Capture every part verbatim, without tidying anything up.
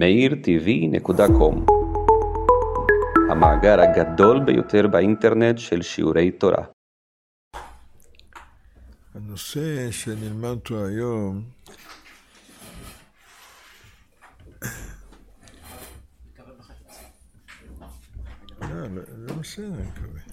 מאיר טי וי נקודה קום, המאגר הגדול ביותר באינטרנט של שיעורי תורה. הנושא שנלמד אותו היום לא, זה בסדר, אני מקווה.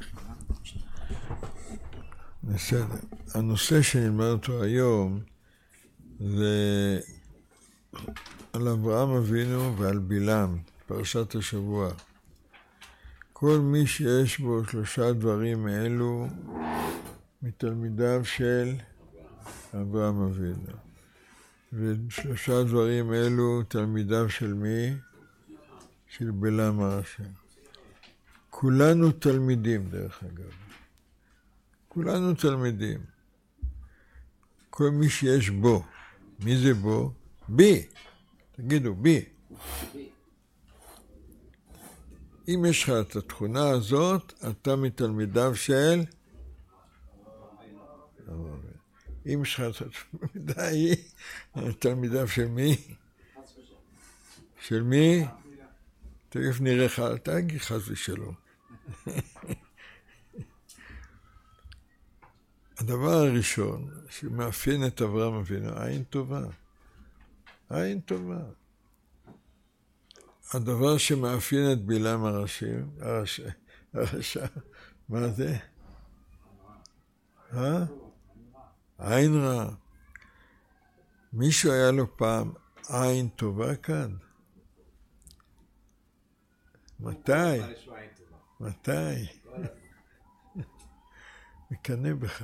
בסדר. הנושא שנלמד אותו היום זה על אברהם אבינו ועל בלעם, פרשת השבוע. כל מי שיש בו שלושה דברים אלו מתלמידיו של אברהם אבינו. ושלושה דברים אלו תלמידיו של מי? של בלעם הרשע. כולנו תלמידים דרך אגב. כולנו תלמידים. כל מי שיש בו. מי זה בו? בי. תגידו, בי. אם יש לך את התכונה הזאת, אתה מתלמידיו של... אם יש לך את התלמידה היא, תלמידיו של מי? של מי? תכף נראה לך, אל תגיד חס ושלום. הדבר הראשון שמאפיין את אברהם אבינו, עין טובה. עין טובה. הדבר שמאפיין את בלעם הרשעים, הרשע, הרשע, מה זה? אה? עין רע. מישהו היה לו פעם עין טובה כאן? מתי? מתי? מקנא בך.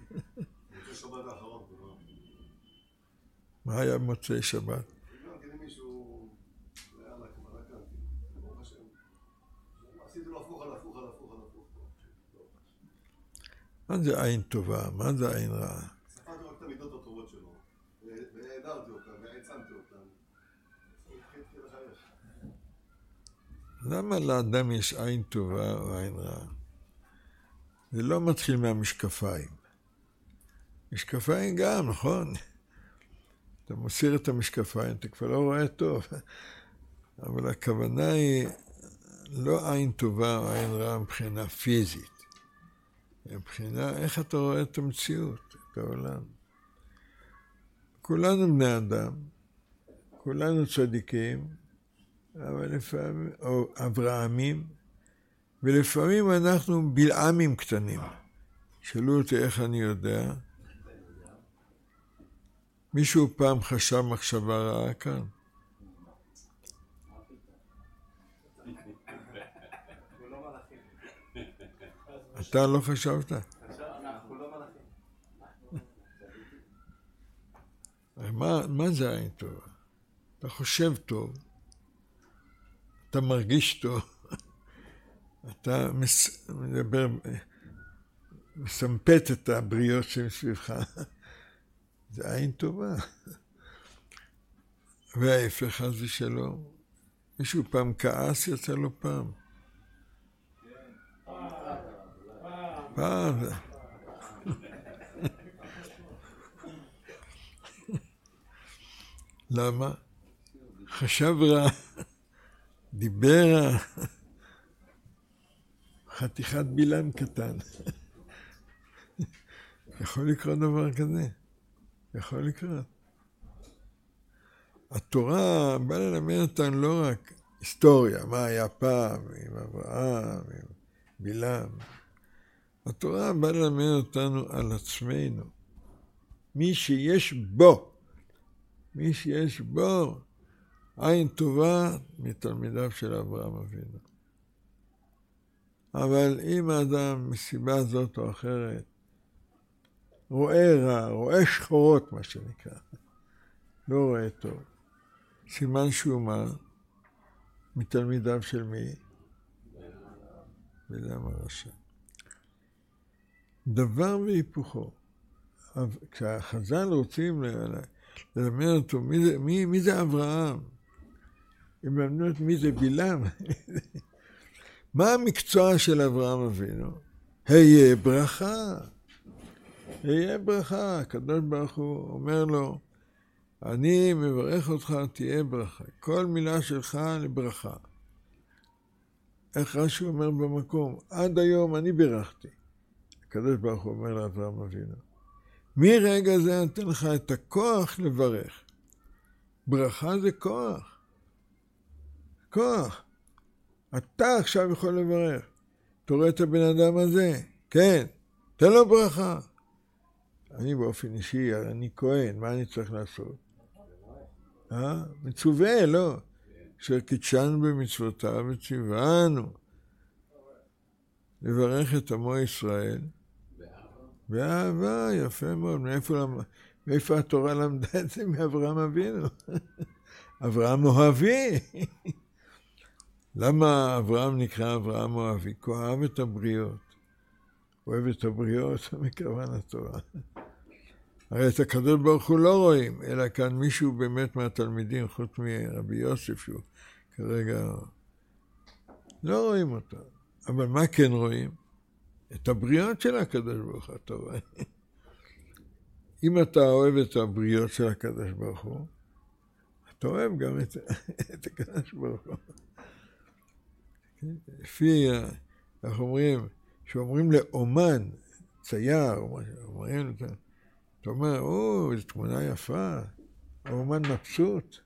מה היה במוצאי שבת? מה זה עין טובה? מה זה עין רעה? ספרתי רק את המידות הטובות שלו, והעדרתי אותם, והעצמתי אותם. למה לאדם יש עין טובה או עין רעה? זה לא מתחיל מהמשקפיים. משקפיים גם, נכון? אתה מוסיר את המשקפיים, אתה כבר לא רואה טוב. אבל הכוונה היא לא עין טובה או עין רעה מבחינה פיזית. מבחינה איך אתה רואה את המציאות, את העולם. כולנו בני אדם, כולנו צדיקים, אבל לפעמים, או אברהמים, ולפעמים אנחנו בלעמים קטנים. שאלו אותי איך אני יודע. מישהו פעם חשב מחשבה רעה כאן? אתה לא חשבת? מה, מה זה עין טובה? אתה חושב טוב, אתה מרגיש טוב, אתה מס, מדבר, מסמפת את הבריות שמסביבך. זה עין טובה. וההפך הזה שלו, מישהו פעם כעס יצא לו פעם. פעם. למה? חשב רע, דיבר רע, חתיכת בלעם קטן. יכול לקרות דבר כזה? יכול לקרות. התורה באה ללמד אותנו לא רק היסטוריה, מה היה פעם עם אברהם, עם בלעם. התורה באה ללמד אותנו על עצמנו. מי שיש בו, מי שיש בו, עין טובה מתלמידיו של אברהם אבינו. אבל אם האדם מסיבה זאת או אחרת, רואה רע, רואה שחורות מה שנקרא, לא רואה טוב, סימן שהוא מה? מתלמידיו של מי? בלעם הרשע. דבר והיפוכו. כשהחז"ל רוצים ללמד אותו, מי זה, מי, מי זה אברהם? הם למדו את מי זה בלעם. מה המקצוע של אברהם אבינו? היה ברכה. היה ברכה. הקדוש ברוך הוא אומר לו, אני מברך אותך, תהיה ברכה. כל מילה שלך לברכה. איך רש"י אומר במקום? עד היום אני בירכתי. הקדוש ברוך הוא אומר לאברהם אבינו. מרגע זה אני אתן לך את הכוח לברך. ברכה זה כוח. כוח. אתה עכשיו יכול לברך. אתה רואה את הבן אדם הזה? כן. תן לו ברכה. אני באופן אישי, אני כהן, מה אני צריך לעשות? אה? מצווה, לא. שקידשנו במצוותיו וציוונו לברך את עמו ישראל. באהבה, יפה מאוד. מאיפה, מאיפה התורה למדה את זה? מאברהם אבינו. אברהם אוהבי. למה אברהם נקרא אברהם אוהבי? כי הוא אוהב את הבריות. אוהב את הבריות מכוון התורה. הרי את הקדוש ברוך הוא לא רואים, אלא כאן מישהו באמת מהתלמידים, חוץ מרבי יוסף, שהוא כרגע לא רואים אותו. אבל מה כן רואים? את הבריות של הקדוש ברוך הוא, אתה רואה. אם אתה אוהב את הבריות של הקדוש ברוך הוא, אתה אוהב גם את, את הקדוש ברוך הוא. לפי, אנחנו אומרים, שאומרים לאומן, צייר, אומרים, אתה אומר, או, איזו תמונה יפה, האומן מבסוט.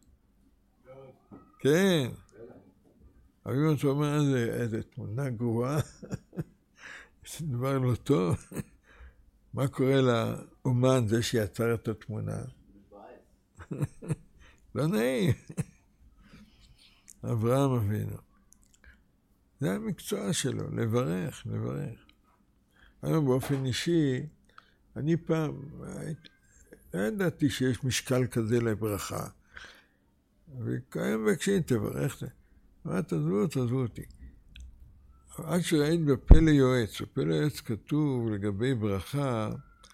כן. אבל אם אתה אומר, איזו תמונה גרועה, זה דבר לא טוב. מה קורה לאומן, זה שיצר את התמונה? לא נעים. אברהם אבינו. זה המקצוע שלו, לברך, לברך. היום באופן אישי, אני פעם, לא ידעתי שיש משקל כזה לברכה. וכאן מבקשים, תברך. מה תעזבו, תעזבו אותי. עד שראית בפלא יועץ, בפלא יועץ כתוב לגבי ברכה,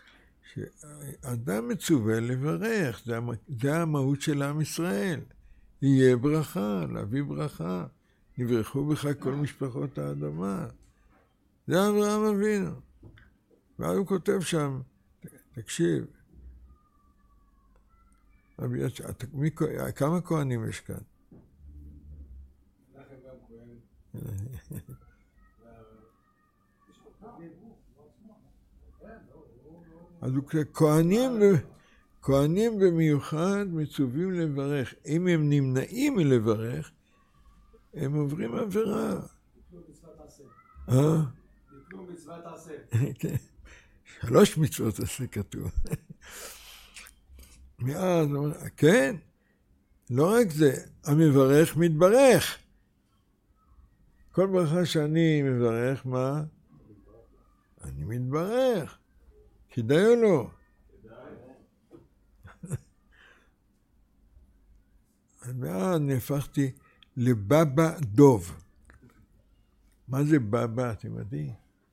שאדם מצווה לברך, זה, זה המהות של עם ישראל. יהיה ברכה, להביא ברכה. נברכו בך כל משפחות האדמה. זה אברהם אבינו. ואז הוא כותב שם, תקשיב, כמה כהנים יש כאן? אז כהנים, כהנים במיוחד מצווים לברך. אם הם נמנעים מלברך, הם עוברים עבירה. אה? נתנו מצוות עשה. כן. שלוש מצוות עשה כתוב. מאז, כן, לא רק זה, המברך מתברך. כל ברכה שאני מברך, מה? אני מתברך. כדאי או לא? ואז נהפכתי לבבא דוב. מה זה בבא, אתם יודעים?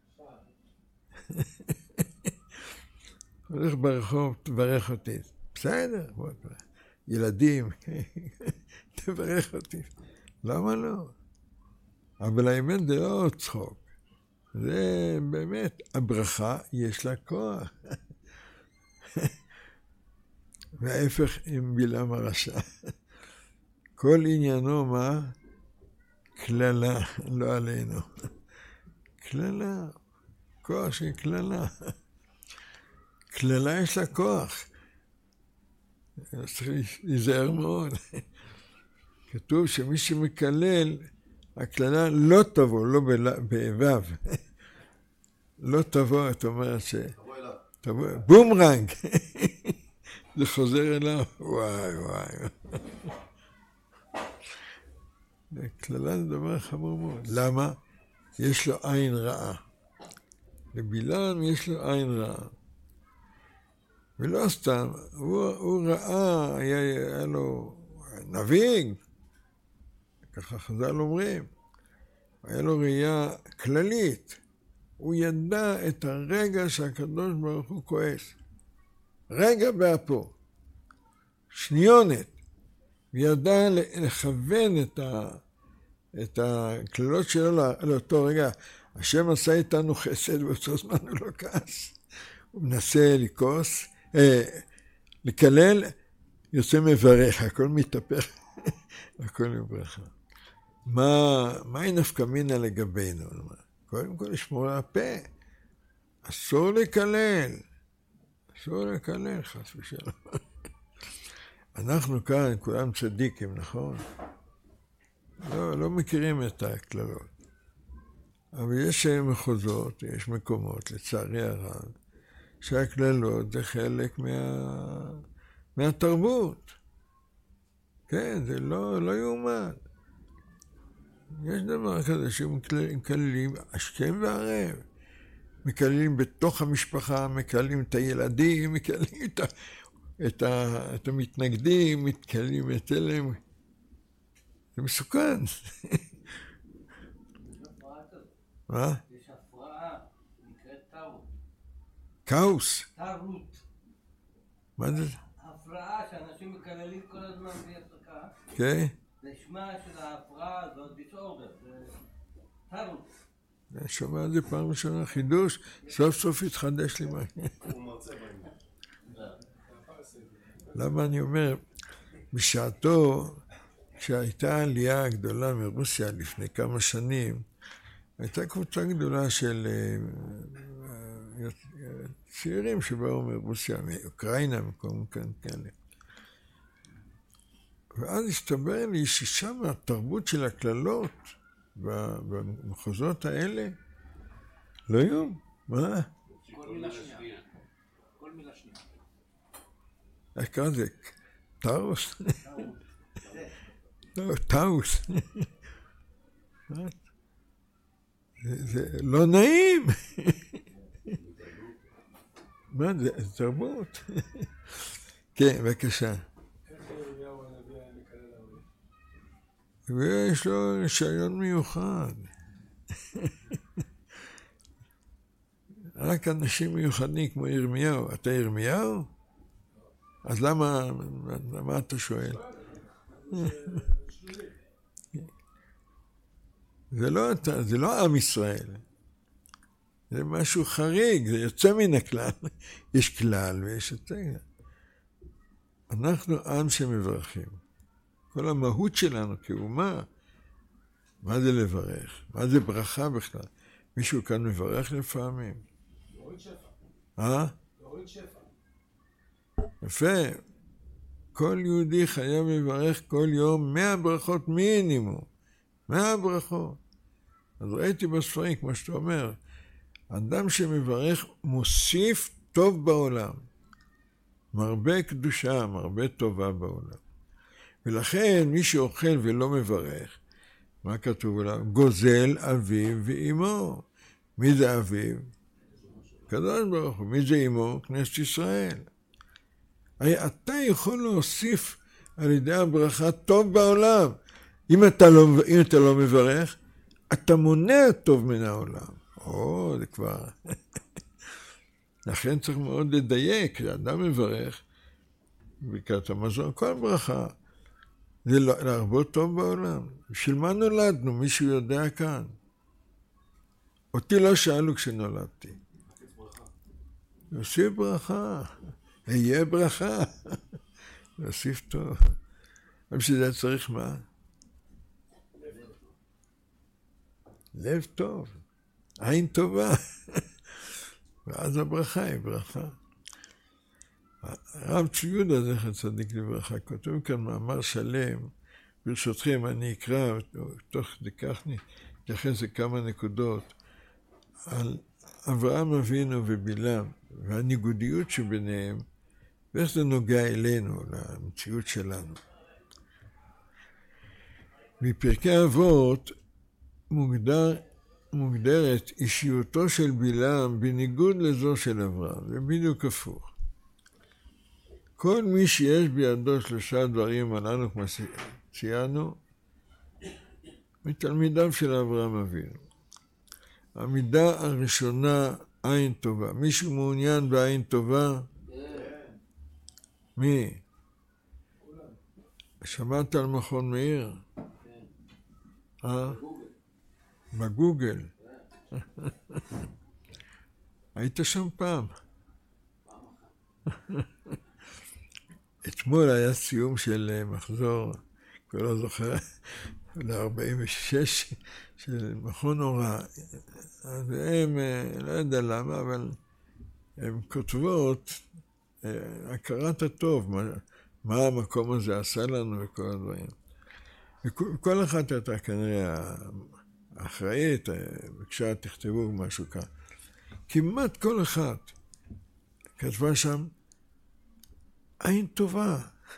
הולך ברחוב, תברך אותי. בסדר, ילדים, תברך אותי. למה לא? אבל האמת זה לא צחוק. זה באמת, הברכה יש לה כוח. וההפך עם בלעם הרשע. כל עניינו מה? כללה, לא עלינו. כללה, כוח של כללה. כללה יש לה כוח. צריך להיזהר מאוד. כתוב שמי שמקלל, הכללה לא תבוא, לא באבב. לא תבוא, את אומרת ש... תבוא אליו. תבוא, בומרנג. זה חוזר אליו. וואי וואי. כללה זה דבר חמור מאוד. למה? יש לו עין רעה. לבלעם יש לו עין רעה. ולא סתם, הוא, הוא ראה, היה, היה לו נביג, ככה חז"ל אומרים, היה לו ראייה כללית. הוא ידע את הרגע שהקדוש ברוך הוא כועס. רגע באפו, שניונת. וידע לכוון את, ה, את הכללות שלו לאותו רגע. השם עשה איתנו חסד, באותו זמן הוא לא כעס. הוא מנסה לכעוס, אה, לקלל, יוצא מברך, הכל מתהפך, הכל מברכה. מה, מהי נפקא מינה לגבינו? קודם כל לשמור על הפה, אסור לקלל, אסור לקלל, חס ושלום. אנחנו כאן, כולם צדיקים, נכון? לא, לא מכירים את הכללות. אבל יש מחוזות, יש מקומות, לצערי הרב, שהכללות זה חלק מה... מהתרבות. כן, זה לא, לא יאומן. יש דבר כזה שמקללים השכם והערב. מקללים בתוך המשפחה, מקללים את הילדים, מקללים את, ה... את, ה... את המתנגדים, מקללים את אלה. זה מסוכן. מה? יש הפרעה, נקראת טעות. כאוס. טעות. מה זה? הפרעה שאנשים מקללים כל הזמן בלי הפסקה. כן? זה שמה של ההפרעה הזאת, disorder, זה טעות. אני שומע את זה פעם ראשונה, חידוש, סוף סוף התחדש לי מה. הוא מרצה בעניין. למה אני אומר, בשעתו, כשהייתה העלייה הגדולה מרוסיה לפני כמה שנים, הייתה קבוצה גדולה של צעירים שבאו מרוסיה, מאוקראינה, מקום כאלה. ואז הסתבר לי ששם התרבות של הכללות במחוזות האלה לא היו. מה? כל מילה שנייה. כל מילה שנייה. איך קרא זה? טאוס? לא, טאוס. זה לא נעים. מה זה? זה תרבות. כן, בבקשה. ויש לו רישיון מיוחד. רק אנשים מיוחדים כמו ירמיהו. אתה ירמיהו? אז למה, למה אתה שואל? זה לא אתה, זה לא עם ישראל. זה משהו חריג, זה יוצא מן הכלל. יש כלל ויש את זה. אנחנו עם שמברכים. כל המהות שלנו כאומה, מה זה לברך? מה זה ברכה בכלל? מישהו כאן מברך לפעמים? להוריד שפע. אה? להוריד שפע. יפה. כל יהודי חייב לברך כל יום מאה ברכות מינימום. מאה ברכות. אז ראיתי בספרים, כמו שאתה אומר, אדם שמברך מוסיף טוב בעולם. מרבה קדושה, מרבה טובה בעולם. ולכן מי שאוכל ולא מברך, מה כתוב עליו? גוזל אביו ואימו. מי זה אביו? קדוש ברוך הוא. מי זה אימו? כנסת ישראל. הרי אתה יכול להוסיף על ידי הברכה טוב בעולם. אם אתה לא, אם אתה לא מברך, אתה מונע טוב מן העולם. או, זה כבר... לכן צריך מאוד לדייק, כשאדם מברך, ברכת המזון, כל ברכה, זה להרבות טוב בעולם. בשביל מה נולדנו? מישהו יודע כאן. אותי לא שאלו כשנולדתי. להוסיף ברכה. יהיה ברכה. להוסיף טוב. בשביל זה צריך מה? לב טוב. עין טובה. ואז הברכה היא ברכה. הרב צבי יהודה זכר צדיק לברכה, כותב כאן מאמר שלם, ברשותכם אני אקרא, תוך כדי כך נתייחס לכמה נקודות, על אברהם אבינו ובלעם, והניגודיות שביניהם, ואיך זה נוגע אלינו, למציאות שלנו. בפרקי אבות מוגדר, מוגדרת אישיותו של בלעם בניגוד לזו של אברהם, זה בדיוק הפוך. כל מי שיש בידו שלושה דברים עלינו כמו ציינו, מתלמידיו של אברהם אבינו. המידה הראשונה, עין טובה. מישהו מעוניין בעין טובה? מי? שמעת על מכון מאיר? אה? בגוגל. היית שם פעם? אתמול היה סיום של מחזור, כבר לא זוכר, ל-ארבעים ושש של מכון הוראה. אז הם, לא יודע למה, אבל הן כותבות הכרת הטוב, מה, מה המקום הזה עשה לנו וכל הדברים. וכל אחת הייתה כנראה האחראית, בבקשה תכתבו משהו כאן. כמעט כל אחת כתבה שם, עין טובה.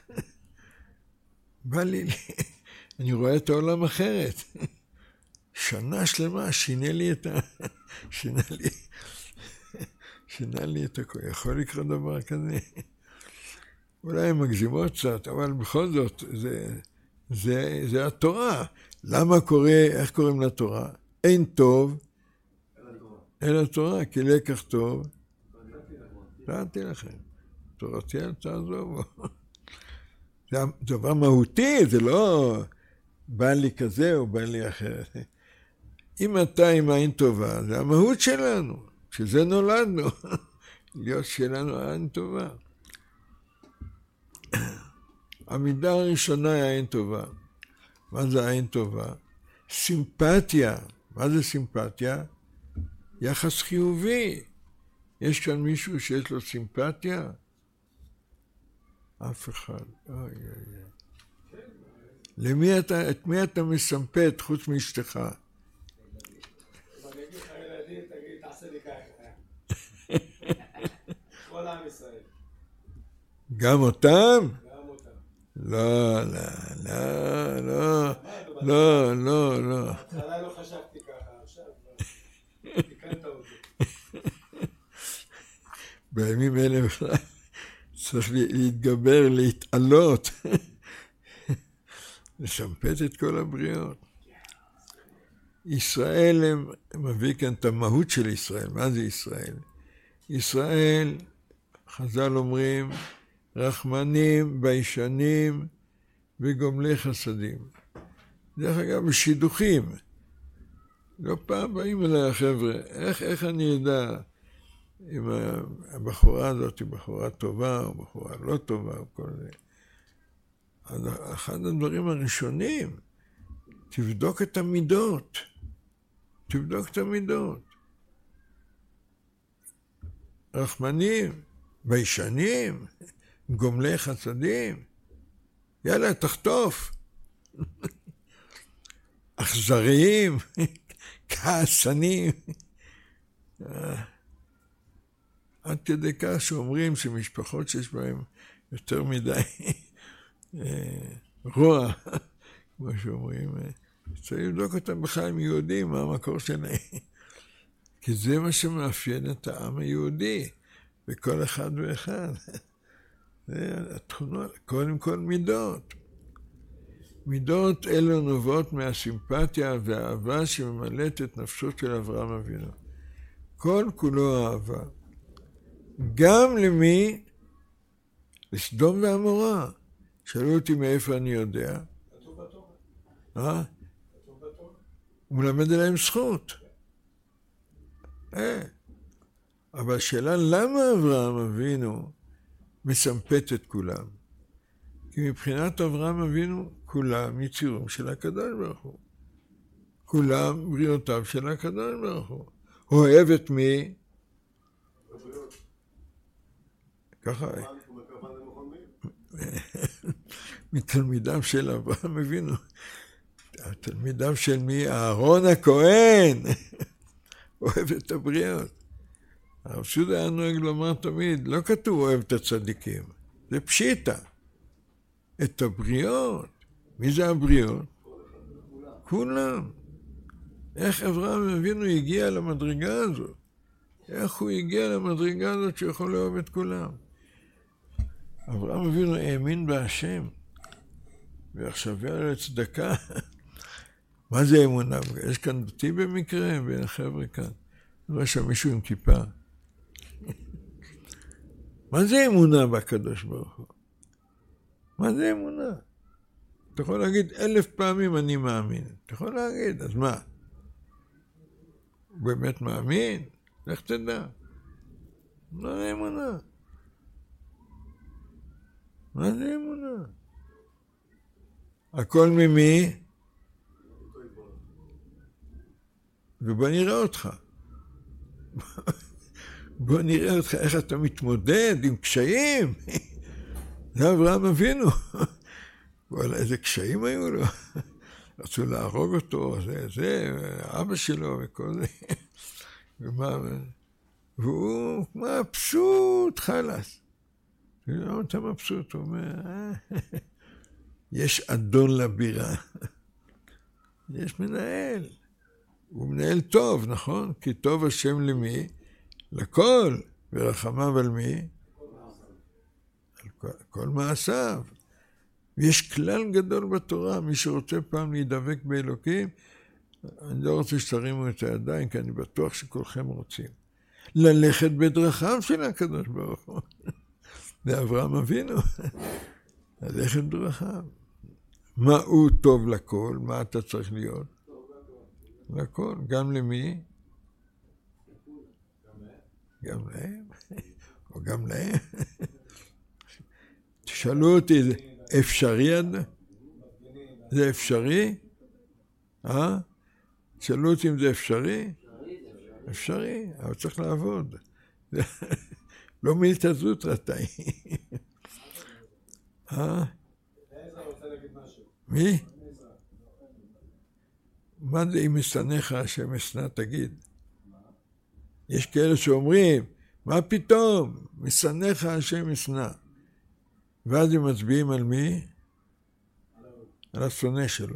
בא לי, אני רואה את העולם אחרת. שנה שלמה שינה לי את ה... שינה לי... שינה לי את הכל. יכול לקרות דבר כזה. אולי הם מגזימות קצת, אבל בכל זאת, זה, זה, זה התורה. למה קורא, איך קוראים לתורה? אין טוב, אלא התורה, כי לקח טוב. נתתי לכם. תורתי אל תעזובו. זה דבר מהותי, זה לא בא לי כזה או בא לי אחרת. אם אתה עם עין טובה, זה המהות שלנו, שזה נולדנו, להיות שלנו עין טובה. המידה הראשונה היא עין טובה. מה זה עין טובה? סימפתיה. מה זה סימפתיה? יחס חיובי. יש כאן מישהו שיש לו סימפתיה? אף אחד. אוי אוי אוי. למי אתה, את מי אתה מסמפת חוץ מאשתך? אני אגיד לך ילדים, תגיד, תעשה לי ככה. כל עם ישראל. גם אותם? גם אותם. לא, לא, לא, לא, לא, לא, לא. בהתחלה לא חשבתי ככה, עכשיו תיקנת אותי. בימים אלה בכלל צריך להתגבר, להתעלות, לשמפט את כל הבריאות. ישראל מביא כאן את המהות של ישראל. מה זה ישראל? ישראל, חז"ל אומרים, רחמנים, ביישנים וגומלי חסדים. דרך אגב, בשידוכים. לא פעם באים אליי החבר'ה, איך, איך אני יודע אם הבחורה הזאת היא בחורה טובה או בחורה לא טובה או כל זה. אז אחד הדברים הראשונים, תבדוק את המידות. תבדוק את המידות. רחמנים, ביישנים, גומלי חסדים. יאללה, תחטוף. אכזריים, כעסנים. עד כדי כך שאומרים שמשפחות שיש בהן יותר מדי רוע, כמו שאומרים, צריך לבדוק אותם בכלל עם יהודים, מה המקור שלהם. כי זה מה שמאפיין את העם היהודי, בכל אחד ואחד. זה התכונות, קודם כל מידות. מידות אלו נובעות מהסימפתיה והאהבה שממלאת את נפשו של אברהם אבינו. כל כולו אהבה. גם למי? לסדום ועמורה. שאלו אותי מאיפה אני יודע. כתוב בתורה. אה? כתוב בתורה. הוא מלמד עליהם זכות. אה. אבל השאלה למה אברהם אבינו מסמפת את כולם? כי מבחינת אברהם אבינו כולם יצירים של הקדוש ברוך הוא. כולם בריאותיו של הקדוש ברוך הוא. אוהב את מי? ככה. מתלמידיו של אברהם אבינו. תלמידיו של מי? אהרון הכהן. אוהב את הבריאות. הרב שודה היה נוהג לומר תמיד, לא כתוב אוהב את הצדיקים. זה פשיטה. את הבריאות. מי זה הבריאות? כולם. איך אברהם אבינו הגיע למדרגה הזאת? איך הוא הגיע למדרגה הזאת שיכול לאהוב את כולם? אברהם אבינו האמין בהשם, ועכשיו היה לו צדקה. מה זה אמונה? יש כאן דתי במקרה, בין החבר'ה כאן. אני רואה שם מישהו עם כיפה. מה זה אמונה בקדוש ברוך הוא? מה זה אמונה? אתה יכול להגיד אלף פעמים אני מאמין. אתה יכול להגיד, אז מה? הוא באמת מאמין? לך תדע. לא אמונה. מה זה אמונה? הכל ממי? ובוא נראה אותך. בוא נראה אותך איך אתה מתמודד עם קשיים. זה אברהם אבינו. וואלה, איזה קשיים היו לו. רצו להרוג אותו, זה, זה, אבא שלו וכל זה. ומה, והוא מבסוט, חלאס. למה אתה מבסוט? הוא אומר, יש אדון לבירה. יש מנהל. הוא מנהל טוב, נכון? כי טוב השם למי? לכל. ורחמיו על מי? על כל, כל מעשיו. ויש כלל גדול בתורה, מי שרוצה פעם להידבק באלוקים, אני לא רוצה שתרימו את הידיים, כי אני בטוח שכולכם רוצים. ללכת בדרכיו של הקדוש ברוך הוא. ואברהם אבינו. ללכת בדרכיו. מה הוא טוב לכל? מה אתה צריך להיות? לכל. גם למי? גם להם. או גם להם. תשאלו אותי, זה אפשרי? זה אפשרי? אה? תשאלו אותי אם זה אפשרי? אפשרי, אבל צריך לעבוד. לא מילתא זוטרא תאי. אה? מי? מה זה אם משנאיך השם אשנא תגיד? יש כאלה שאומרים, מה פתאום? משנאיך השם אשנא. ואז הם מצביעים על מי? על השונא שלו.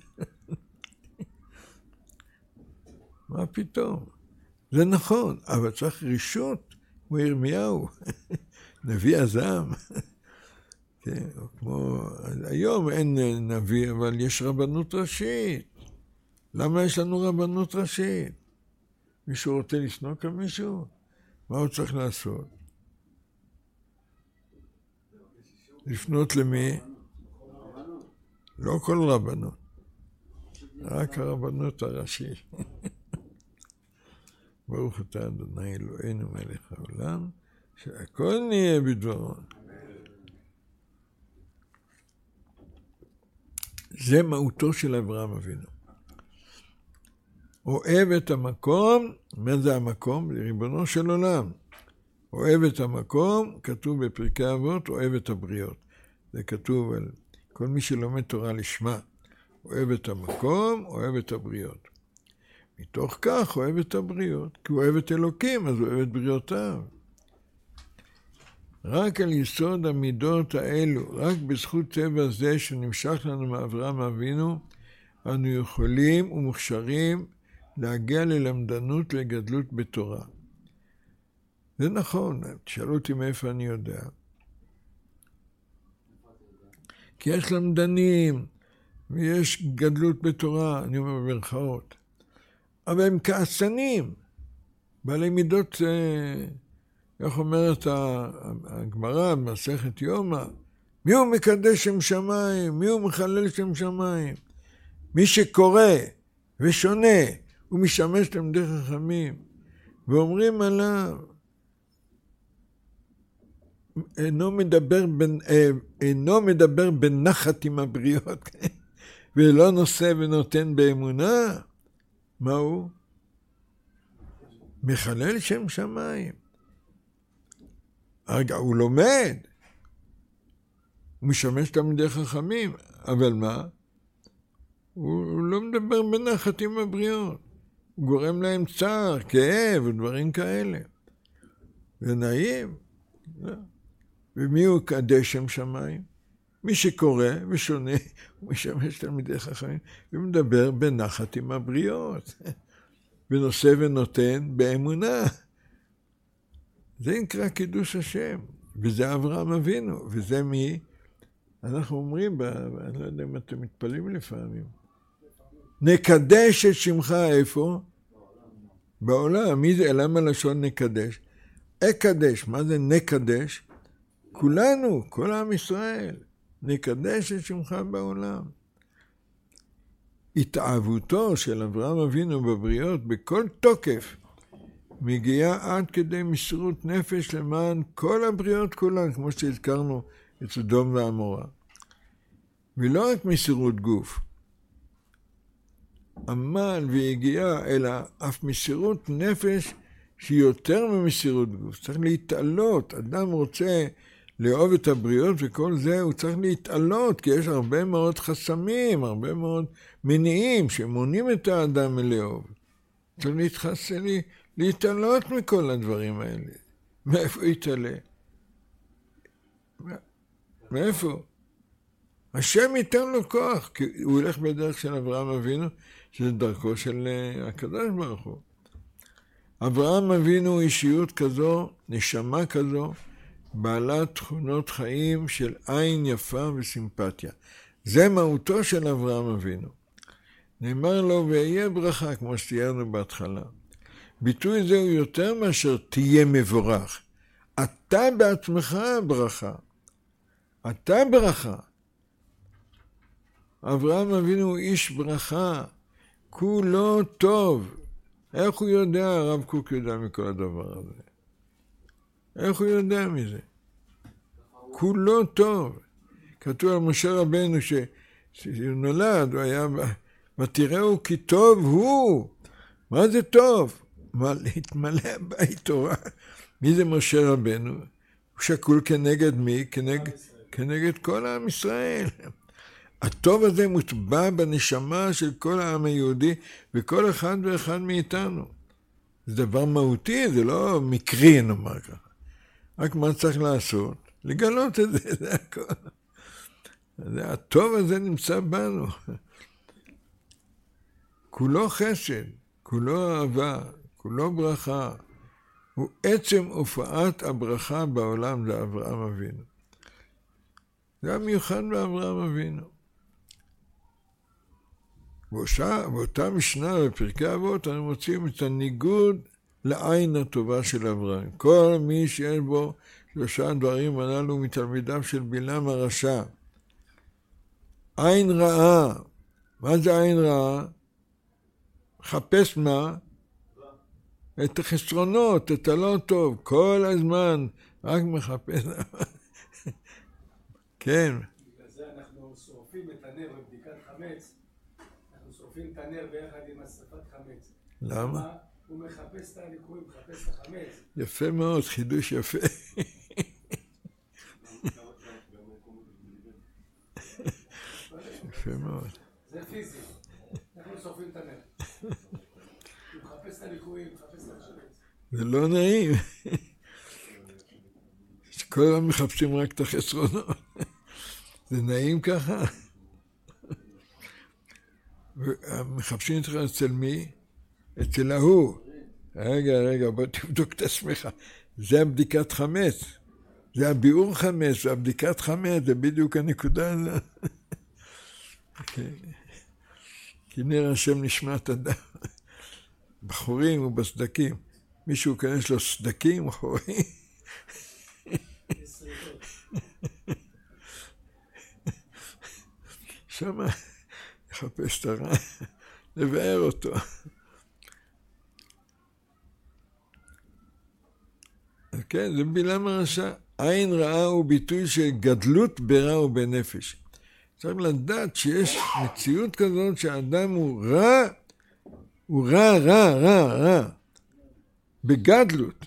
מה פתאום? זה נכון, אבל צריך רישות, כמו ירמיהו, נביא הזעם. כן, כמו, היום אין נביא, אבל יש רבנות ראשית. למה יש לנו רבנות ראשית? מישהו רוצה לשנוא כמישהו? מה הוא צריך לעשות? לפנות למי? לא כל רבנות. רק הרבנות הראשית. ברוך אתה אדוני אלוהינו מלך העולם, שהכל נהיה בדברו. זה מהותו של אברהם אבינו. אוהב את המקום, מה זה המקום? ריבונו של עולם. אוהב את המקום, כתוב בפרקי אבות, אוהב את הבריות. זה כתוב על כל מי שלומד תורה לשמה. אוהב את המקום, אוהב את הבריות. מתוך כך אוהב את הבריות, כי הוא אוהב את אלוקים, אז הוא אוהב את בריאותיו. רק על יסוד המידות האלו, רק בזכות טבע זה שנמשך לנו מאברהם אבינו, אנו יכולים ומוכשרים להגיע ללמדנות לגדלות בתורה. זה נכון, תשאלו אותי מאיפה אני יודע. כי יש למדנים, ויש גדלות בתורה, אני אומר במרכאות. אבל הם כעסנים, בעלי מידות, איך אומרת הגמרא, מסכת יומא, מי הוא מקדש שם שמיים? מי הוא מחלל שם שמיים? מי שקורא ושונה, הוא משמש תלמידי חכמים, ואומרים עליו, אינו מדבר, בין, אינו מדבר בנחת עם הבריות, ולא נושא ונותן באמונה. מה הוא? מחלל שם שמיים. רגע, הוא לומד. הוא משמש תלמידי חכמים, אבל מה? הוא, הוא לא מדבר בנחת עם הבריות. הוא גורם להם צער, כאב ודברים כאלה. זה נעים. ומי הוא קדש שם שמיים? מי שקורא ושונה, הוא משמש תלמידי חכמים, ומדבר בנחת עם הבריות. ונושא ונותן באמונה. זה נקרא קידוש השם. וזה אברהם אבינו. וזה מי? אנחנו אומרים, אני לא יודע אם אתם מתפלאים לפעמים. נקדש את שמך איפה? בעולם. מי זה? למה לשון נקדש? אקדש. מה זה נקדש? כולנו, כל עם ישראל. נקדש את שמך בעולם. התאהבותו של אברהם אבינו בבריות בכל תוקף מגיעה עד כדי מסירות נפש למען כל הבריות כולן, כמו שהזכרנו את סדום ועמורה. ולא רק מסירות גוף, עמל ויגיעה, אלא אף מסירות נפש שהיא יותר ממסירות גוף. צריך להתעלות. אדם רוצה לאהוב את הבריות וכל זה, הוא צריך להתעלות, כי יש הרבה מאוד חסמים, הרבה מאוד מניעים שמונעים את האדם מלאהוב. צריך להתחסן, להתעלות מכל הדברים האלה. מאיפה יתעלה? מאיפה? השם ייתן לו כוח, כי הוא הולך בדרך של אברהם אבינו, שזה דרכו של הקדוש ברוך הוא. אברהם אבינו הוא אישיות כזו, נשמה כזו, בעלת תכונות חיים של עין יפה וסימפתיה. זה מהותו של אברהם אבינו. נאמר לו, ויהיה ברכה, כמו שתיארנו בהתחלה. ביטוי זה הוא יותר מאשר תהיה מבורך. אתה בעצמך ברכה. אתה ברכה. אברהם אבינו הוא איש ברכה. כולו טוב. איך הוא יודע? הרב קוק יודע מכל הדבר הזה. איך הוא יודע מזה? כולו טוב. כתוב על משה רבנו שהוא נולד, הוא היה, ותראהו כי טוב הוא. מה זה טוב? להתמלא בית תורה. מי זה משה רבנו? הוא שקול כנגד מי? כנגד, כנגד כל העם ישראל. הטוב הזה מוטבע בנשמה של כל העם היהודי וכל אחד ואחד מאיתנו. זה דבר מהותי, זה לא מקרי, נאמר ככה. רק מה צריך לעשות? לגלות את זה, זה הכל. הטוב הזה נמצא בנו. כולו חסד, כולו אהבה, כולו ברכה. הוא עצם הופעת הברכה בעולם, זה אברהם אבינו. זה המיוחד באברהם אבינו. באותה משנה בפרקי אבות, אנחנו מוצאים את הניגוד לעין הטובה של אברהם. כל מי שיש בו שלושה דברים הללו מתלמידיו של בלעם הרשע. עין רעה. מה זה עין רעה? חפש מה? את החסרונות, את הלא טוב. כל הזמן רק מחפש. כן. בגלל זה אנחנו שורפים את הנר בבדיקת חמץ. אנחנו שורפים את הנר ביחד עם השרפת חמץ. למה? הוא מחפש את הליקויים, מחפש את החמץ. יפה מאוד, חידוש יפה. יפה מאוד. זה פיזי. אנחנו שורפים את הנר. הוא מחפש את הליקויים, מחפש את החמץ. זה לא נעים. שכל הזמן מחפשים רק את החסרונות. זה נעים ככה? מחפשים אותך אצל מי? אצל ההוא. רגע, רגע, בוא תבדוק את עצמך. זה הבדיקת חמץ. זה הביאור חמץ, זה הבדיקת חמץ, זה בדיוק הנקודה הזאת. כי נראה השם נשמת אדם. בחורים ובסדקים. מישהו כאן יש לו סדקים וחורים. שמה לחפש את הרע, לבאר אותו. כן, זה בלעם הרשע. עין רעה הוא ביטוי של גדלות ברע ובנפש. צריך לדעת שיש מציאות כזאת שהאדם הוא רע, הוא רע, רע, רע, רע. בגדלות.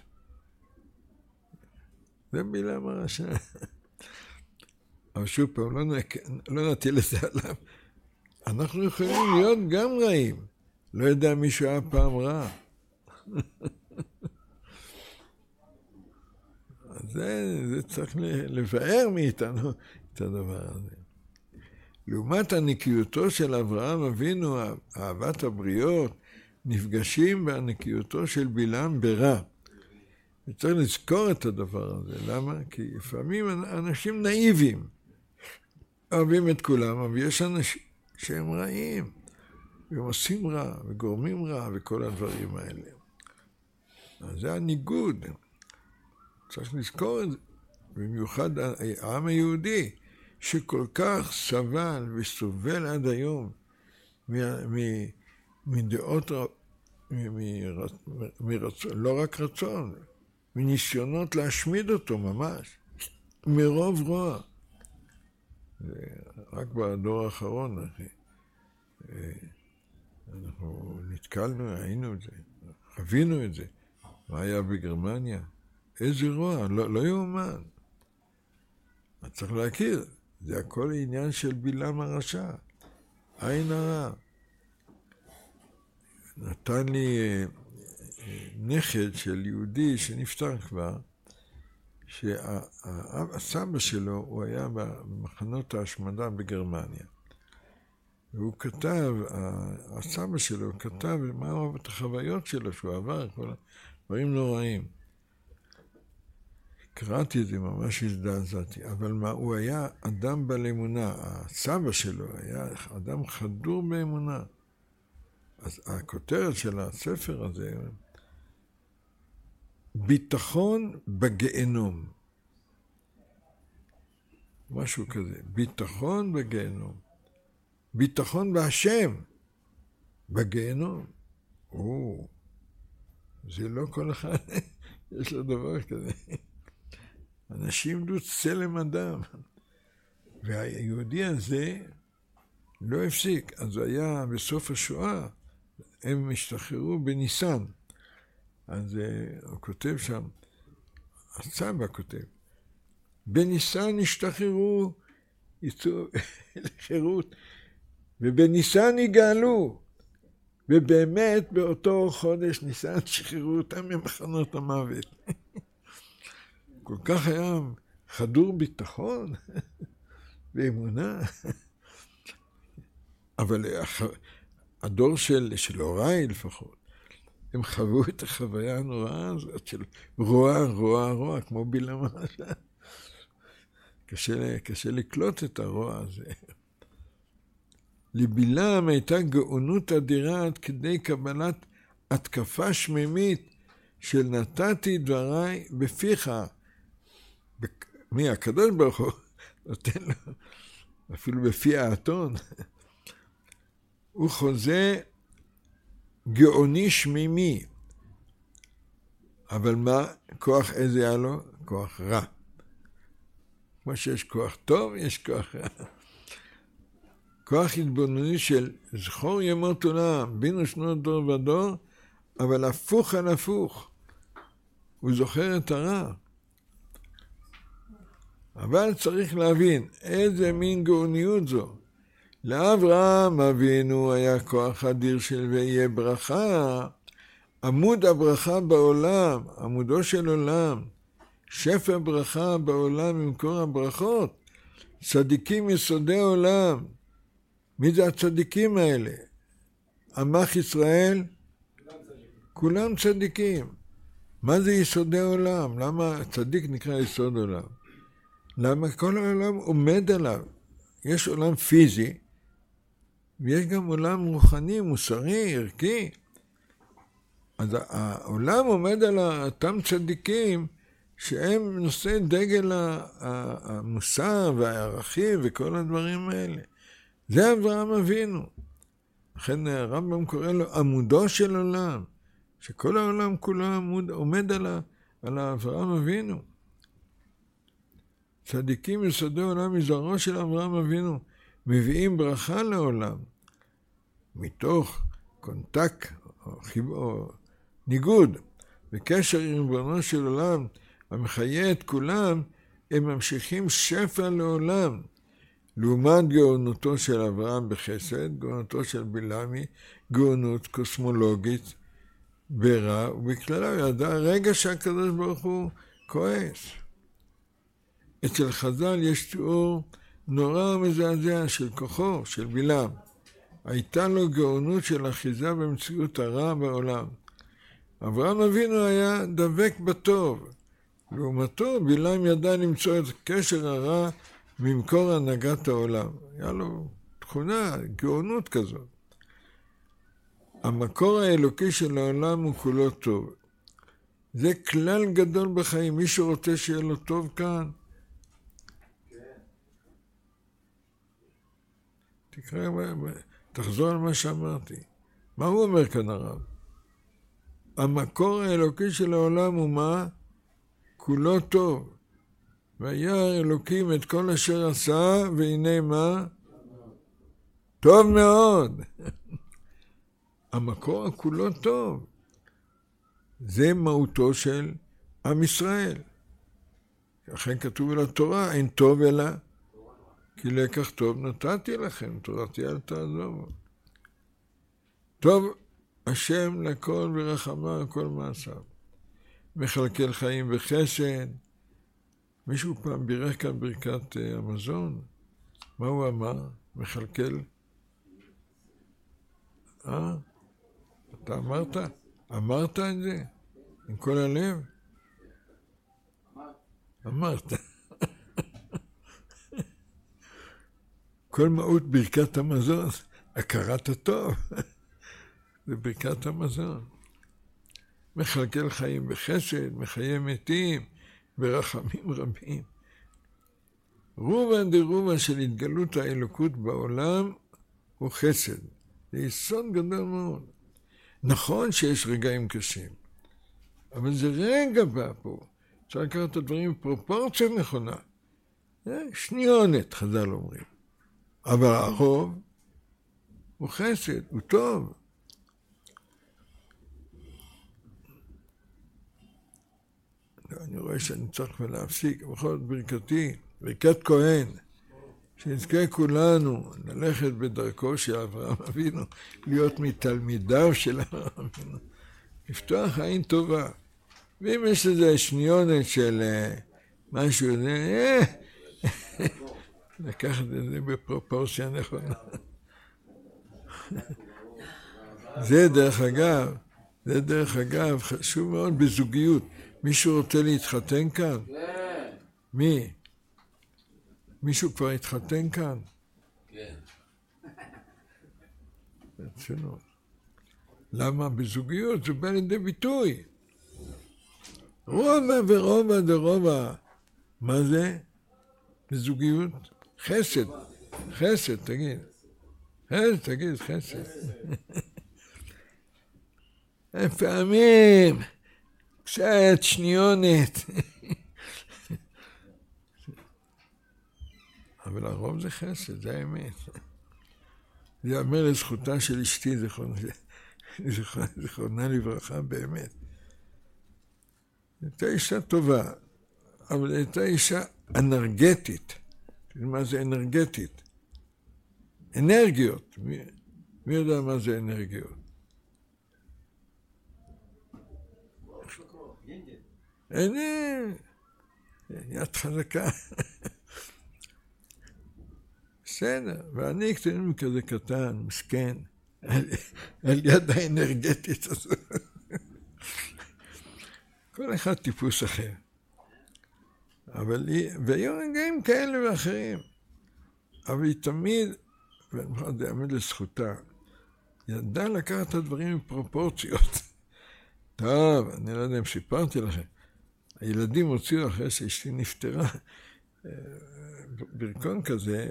זה בלעם הרשע. אבל שוב פעם, לא, לא נטיל את זה עליו. אנחנו יכולים להיות גם רעים. לא יודע מישהו היה פעם רע. זה, זה צריך לבאר מאיתנו את הדבר הזה. לעומת הנקיותו של אברהם אבינו, אהבת הבריות, נפגשים בהנקיותו של בלעם ברע. וצריך לזכור את הדבר הזה. למה? כי לפעמים אנשים נאיבים. אוהבים את כולם, אבל יש אנשים שהם רעים. והם עושים רע, וגורמים רע, וכל הדברים האלה. אז זה הניגוד. צריך לזכור את זה. במיוחד העם היהודי, שכל כך סבל וסובל עד היום מדעות, מרצון, לא רק רצון, מניסיונות להשמיד אותו ממש, מרוב רוע. רק בדור האחרון, אחי. אנחנו נתקלנו, היינו את זה, חווינו את זה. מה היה בגרמניה? איזה רוע, לא, לא יאומן. צריך להכיר, זה הכל עניין של בלעם הרשע. עין הרע. נתן לי נכד של יהודי שנפטר כבר, שהסבא שלו, הוא היה במחנות ההשמדה בגרמניה. והוא כתב, הסבא שלו כתב מה הוא את החוויות שלו שהוא עבר, כל הדברים נוראים. קראתי את זה, ממש הזדעזעתי, אבל מה, הוא היה אדם בעל אמונה, הסבא שלו היה אדם חדור באמונה. אז הכותרת של הספר הזה, ביטחון בגיהנום. משהו כזה, ביטחון בגיהנום. ביטחון בהשם, בגיהנום. או, זה לא כל אחד, יש לו דבר כזה. אנשים דו צלם אדם. והיהודי הזה לא הפסיק. אז היה בסוף השואה, הם השתחררו בניסן. אז הוא כותב שם, הסבא כותב, בניסן השתחררו, יצאו לחירות, ובניסן יגאלו. ובאמת באותו חודש ניסן שחררו אותם ממחנות המוות. כל כך היה חדור ביטחון ואמונה. אבל הדור של, של הוריי לפחות, הם חוו את החוויה הנוראה הזאת של רוע, רוע, רוע, כמו בלעם הרשע. קשה, קשה לקלוט את הרוע הזה. לבלעם הייתה גאונות אדירה עד כדי קבלת התקפה שמימית של נתתי דבריי בפיך. מי? הקדוש ברוך הוא נותן לו, אפילו בפי האתון. הוא חוזה גאוני שמימי. אבל מה? כוח איזה היה לו? כוח רע. כמו שיש כוח טוב, יש כוח רע. כוח התבונני של זכור ימות עולם, בין ושנות דור ודור, אבל הפוך על הפוך. הוא זוכר את הרע. אבל צריך להבין איזה מין גאוניות זו. לאברהם אבינו היה כוח אדיר של ויהיה ברכה, עמוד הברכה בעולם, עמודו של עולם, שפע ברכה בעולם ממקור הברכות, צדיקים יסודי עולם. מי זה הצדיקים האלה? עמך ישראל? כולם צדיקים. מה זה יסודי עולם? למה צדיק נקרא יסוד עולם? למה כל העולם עומד עליו? יש עולם פיזי, ויש גם עולם רוחני, מוסרי, ערכי. אז העולם עומד על אותם צדיקים שהם נושאי דגל המוסר והערכים וכל הדברים האלה. זה אברהם אבינו. לכן הרמב"ם קורא לו עמודו של עולם, שכל העולם כולו עמוד, עומד על, על אברהם אבינו. צדיקים יסודי עולם מזרעו של אברהם אבינו, מביאים ברכה לעולם, מתוך קונטקט או, חיב... או ניגוד, בקשר עם ריבונו של עולם, המחיה את כולם, הם ממשיכים שפע לעולם. לעומת גאונותו של אברהם בחסד, גאונותו של בלעמי, גאונות קוסמולוגית ברע, ובכללה הוא ידע רגע שהקדוש ברוך הוא כועס. אצל חז"ל יש תיאור נורא מזעזע של כוחו, של בלעם. הייתה לו גאונות של אחיזה במציאות הרע בעולם. אברהם אבינו היה דבק בטוב. לעומתו, בלעם ידע למצוא את קשר הרע ממקור הנהגת העולם. היה לו תכונה, גאונות כזאת. המקור האלוקי של העולם הוא כולו טוב. זה כלל גדול בחיים. מי שרוצה שיהיה לו טוב כאן, תקרא, תחזור על מה שאמרתי. מה הוא אומר כאן הרב? המקור האלוקי של העולם הוא מה? כולו טוב. וירא אלוקים את כל אשר עשה, והנה מה? טוב מאוד. המקור כולו טוב. זה מהותו של עם ישראל. לכן כתוב על התורה, אין טוב אלא, כי לקח טוב נתתי לכם, תורתי אל תעזוב. טוב השם לכל ורחמה על כל מעשיו. מחלקל חיים וחסד. מישהו פעם בירך כאן ברכת המזון? מה הוא אמר? מחלקל? אה? אתה אמרת? אמרת את זה? עם כל הלב? אמרת. כל מהות ברכת המזון, הכרת הטוב, זה ברכת המזון. מחלקל חיים בחסד, מחיי מתים, ברחמים רבים. רובה דרובה של התגלות האלוקות בעולם הוא חסד. זה יסוד גדול מאוד. נכון שיש רגעים קשים, אבל זה רגע בא פה. אפשר לקראת את הדברים בפרופורציה נכונה. שניונת, חז"ל אומרים. אבל הרוב הוא חסד, הוא טוב. אני רואה שאני צריך להפסיק, בכל זאת ברכתי, ברכת כהן, שנזכה כולנו ללכת בדרכו של אברהם אבינו, להיות מתלמידיו של אברהם אבינו, לפתוח עין טובה. ואם יש איזה שניונת של משהו, זה, לקחת את זה בפרופורציה נכונה. זה דרך אגב, זה דרך אגב חשוב מאוד בזוגיות. מישהו רוצה להתחתן כאן? כן. מי? מישהו כבר התחתן כאן? כן. ברצינות. למה? בזוגיות זה בא לידי ביטוי. רובע ורובע דרובע. מה זה? בזוגיות? חסד. חסד, תגיד. חסד, תגיד, חסד. פעמים, קצת שניונת. אבל הרוב זה חסד, זה האמת. זה יאמר לזכותה של אשתי, זכרונה, זכרונה לברכה, באמת. הייתה אישה טובה, אבל הייתה אישה אנרגטית. מה זה אנרגטית? אנרגיות. מי, מי יודע מה זה אנרגיות? אין, יד חזקה. בסדר, ואני קטנים כזה קטן, מסכן, על, על יד האנרגטית הזאת. כל אחד טיפוס אחר. אבל היא, והיו רגעים כאלה ואחרים. אבל היא תמיד, ואני מוכן להעמיד לזכותה, ידעה לקחת את הדברים בפרופורציות. טוב, אני לא יודע אם סיפרתי לכם. הילדים הוציאו אחרי שאשתי נפטרה, ברכון כזה,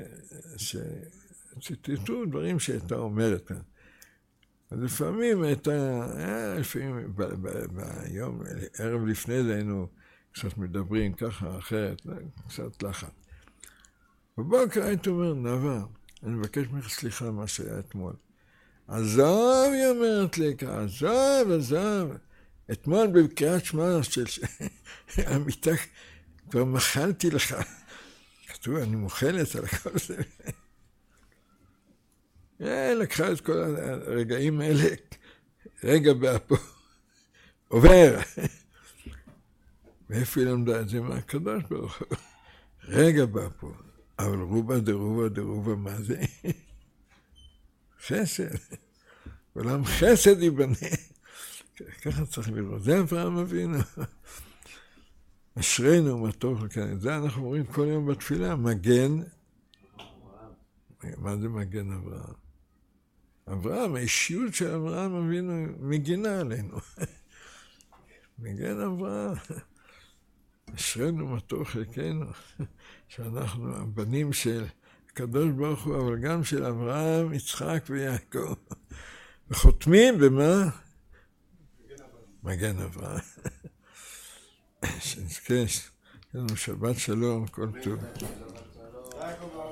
שציטטו דברים שהייתה אומרת. אז לפעמים הייתה, לפעמים ביום, ערב לפני זה היינו קצת מדברים ככה, אחרת, קצת לחץ. בבוקר הייתי אומר, נאווה, אני מבקש ממך סליחה מה שהיה אתמול. עזוב, היא אומרת לי, עזוב, עזוב. אתמול בקריאת שמע של המיטה, כבר מחלתי לך. כתוב, אני מוכלת על הכל זה. לקחה את כל הרגעים האלה, רגע באפו, עובר. ואיפה היא למדה את זה מהקדוש ברוך הוא? רגע באפו, אבל רובה דרובה דרובה, מה זה? חסד. עולם חסד ייבנה. ככה צריך לראות. זה אברהם אבינו. אשרינו מה טוב לכאן. זה אנחנו אומרים כל יום בתפילה. מגן. מה זה מגן אברהם? אברהם, האישיות של אברהם אבינו מגינה עלינו. מגן אברהם. אשרינו מה טוב חלקנו. שאנחנו הבנים של הקדוש ברוך הוא, אבל גם של אברהם, יצחק ויעקב. וחותמים במה? מגן אברהם. שנזכה שבת שלום, כל טוב. שבת שלום.